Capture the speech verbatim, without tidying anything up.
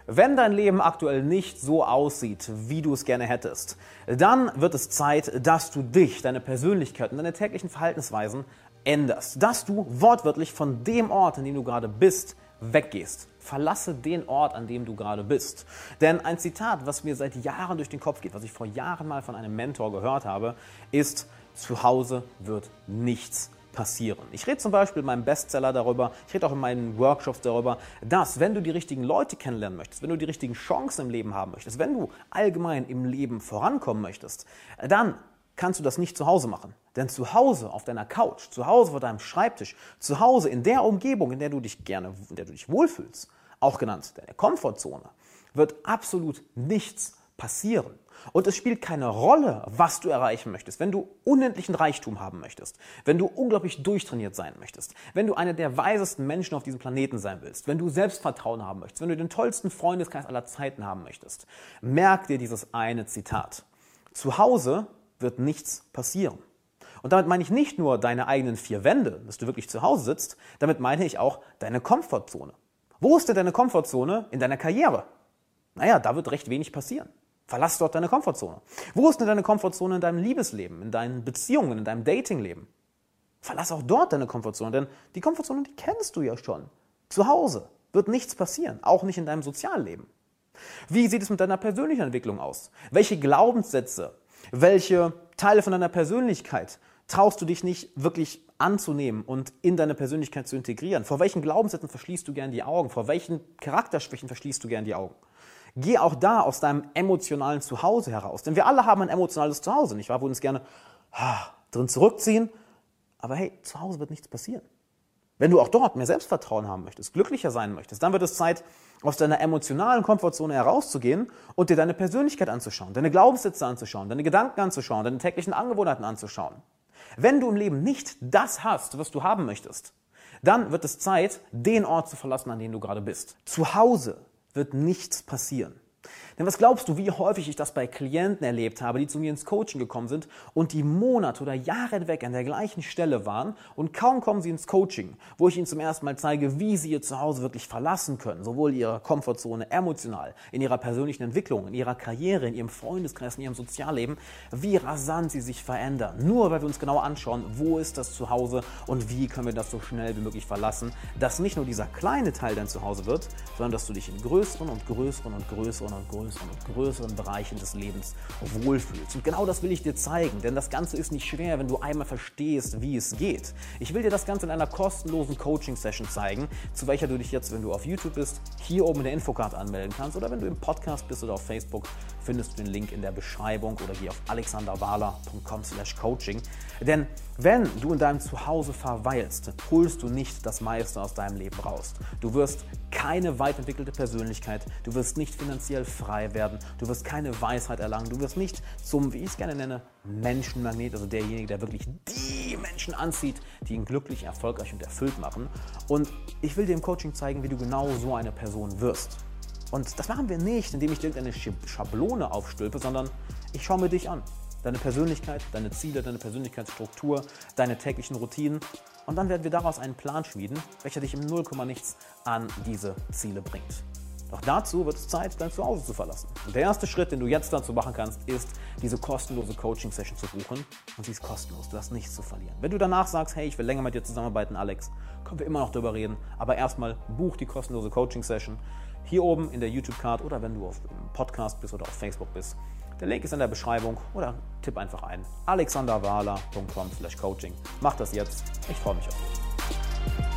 Wenn dein Leben aktuell nicht so aussieht, wie du es gerne hättest, dann wird es Zeit, dass du dich, deine Persönlichkeit und deine täglichen Verhaltensweisen änderst. Dass du wortwörtlich von dem Ort, an dem du gerade bist, weggehst. Verlasse den Ort, an dem du gerade bist. Denn ein Zitat, was mir seit Jahren durch den Kopf geht, was ich vor Jahren mal von einem Mentor gehört habe, ist: Zu Hause wird nichts passieren. Ich rede zum Beispiel in meinem Bestseller darüber, ich rede auch in meinen Workshops darüber, dass, wenn du die richtigen Leute kennenlernen möchtest, wenn du die richtigen Chancen im Leben haben möchtest, wenn du allgemein im Leben vorankommen möchtest, dann kannst du das nicht zu Hause machen. Denn zu Hause auf deiner Couch, zu Hause vor deinem Schreibtisch, zu Hause in der Umgebung, in der du dich gerne, in der du dich wohlfühlst, auch genannt deine Komfortzone, wird absolut nichts passieren. Und es spielt keine Rolle, was du erreichen möchtest. Wenn du unendlichen Reichtum haben möchtest, wenn du unglaublich durchtrainiert sein möchtest, wenn du einer der weisesten Menschen auf diesem Planeten sein willst, wenn du Selbstvertrauen haben möchtest, wenn du den tollsten Freundeskreis aller Zeiten haben möchtest, merk dir dieses eine Zitat: Zu Hause wird nichts passieren. Und damit meine ich nicht nur deine eigenen vier Wände, dass du wirklich zu Hause sitzt, damit meine ich auch deine Komfortzone. Wo ist denn deine Komfortzone in deiner Karriere? Naja, da wird recht wenig passieren. Verlass dort deine Komfortzone. Wo ist denn deine Komfortzone in deinem Liebesleben, in deinen Beziehungen, in deinem Datingleben? Verlass auch dort deine Komfortzone, denn die Komfortzone, die kennst du ja schon. Zu Hause wird nichts passieren, auch nicht in deinem Sozialleben. Wie sieht es mit deiner persönlichen Entwicklung aus? Welche Glaubenssätze, welche Teile von deiner Persönlichkeit traust du dich nicht wirklich anzunehmen und in deine Persönlichkeit zu integrieren? Vor welchen Glaubenssätzen verschließt du gern die Augen? Vor welchen Charakterschwächen verschließt du gern die Augen? Geh auch da aus deinem emotionalen Zuhause heraus. Denn wir alle haben ein emotionales Zuhause, nicht wahr? Wo wir uns gerne ah, drin zurückziehen. Aber hey, zu Hause wird nichts passieren. Wenn du auch dort mehr Selbstvertrauen haben möchtest, glücklicher sein möchtest, dann wird es Zeit, aus deiner emotionalen Komfortzone herauszugehen und dir deine Persönlichkeit anzuschauen, deine Glaubenssätze anzuschauen, deine Gedanken anzuschauen, deine täglichen Angewohnheiten anzuschauen. Wenn du im Leben nicht das hast, was du haben möchtest, dann wird es Zeit, den Ort zu verlassen, an dem du gerade bist. Zu Hause wird nichts passieren. Denn was glaubst du, wie häufig ich das bei Klienten erlebt habe, die zu mir ins Coaching gekommen sind und die Monate oder Jahre hinweg an der gleichen Stelle waren und kaum kommen sie ins Coaching, wo ich ihnen zum ersten Mal zeige, wie sie ihr Zuhause wirklich verlassen können, sowohl ihre Komfortzone emotional, in ihrer persönlichen Entwicklung, in ihrer Karriere, in ihrem Freundeskreis, in ihrem Sozialleben, wie rasant sie sich verändern. Nur weil wir uns genau anschauen, wo ist das Zuhause und wie können wir das so schnell wie möglich verlassen, dass nicht nur dieser kleine Teil dein Zuhause wird, sondern dass du dich in größeren und größeren und größeren und größeren und größeren Bereichen des Lebens wohlfühlst. Und genau das will ich dir zeigen, denn das Ganze ist nicht schwer, wenn du einmal verstehst, wie es geht. Ich will dir das Ganze in einer kostenlosen Coaching-Session zeigen, zu welcher du dich jetzt, wenn du auf YouTube bist, hier oben in der Infocard anmelden kannst, oder wenn du im Podcast bist oder auf Facebook, findest du den Link in der Beschreibung oder geh auf alexanderwahler punkt com slash coaching. Denn wenn du in deinem Zuhause verweilst, holst du nicht das meiste aus deinem Leben raus. Du wirst keine weit entwickelte Persönlichkeit, du wirst nicht finanziell frei werden, du wirst keine Weisheit erlangen, du wirst nicht zum, wie ich es gerne nenne, Menschenmagnet, also derjenige, der wirklich die Menschen anzieht, die ihn glücklich, erfolgreich und erfüllt machen. Und ich will dir im Coaching zeigen, wie du genau so eine Person wirst. Und das machen wir nicht, indem ich dir irgendeine Schablone aufstülpe, sondern ich schaue mir dich an. Deine Persönlichkeit, deine Ziele, deine Persönlichkeitsstruktur, deine täglichen Routinen. Und dann werden wir daraus einen Plan schmieden, welcher dich im null Komma nichts an diese Ziele bringt. Doch dazu wird es Zeit, dein Zuhause zu verlassen. Und der erste Schritt, den du jetzt dazu machen kannst, ist, diese kostenlose Coaching-Session zu buchen. Und sie ist kostenlos, du hast nichts zu verlieren. Wenn du danach sagst, hey, ich will länger mit dir zusammenarbeiten, Alex, können wir immer noch darüber reden. Aber erstmal buch die kostenlose Coaching-Session hier oben in der YouTube-Card oder wenn du auf dem Podcast bist oder auf Facebook bist. Der Link ist in der Beschreibung oder tipp einfach ein alexanderwahler punkt com slash coaching. Mach das jetzt, ich freue mich auf dich.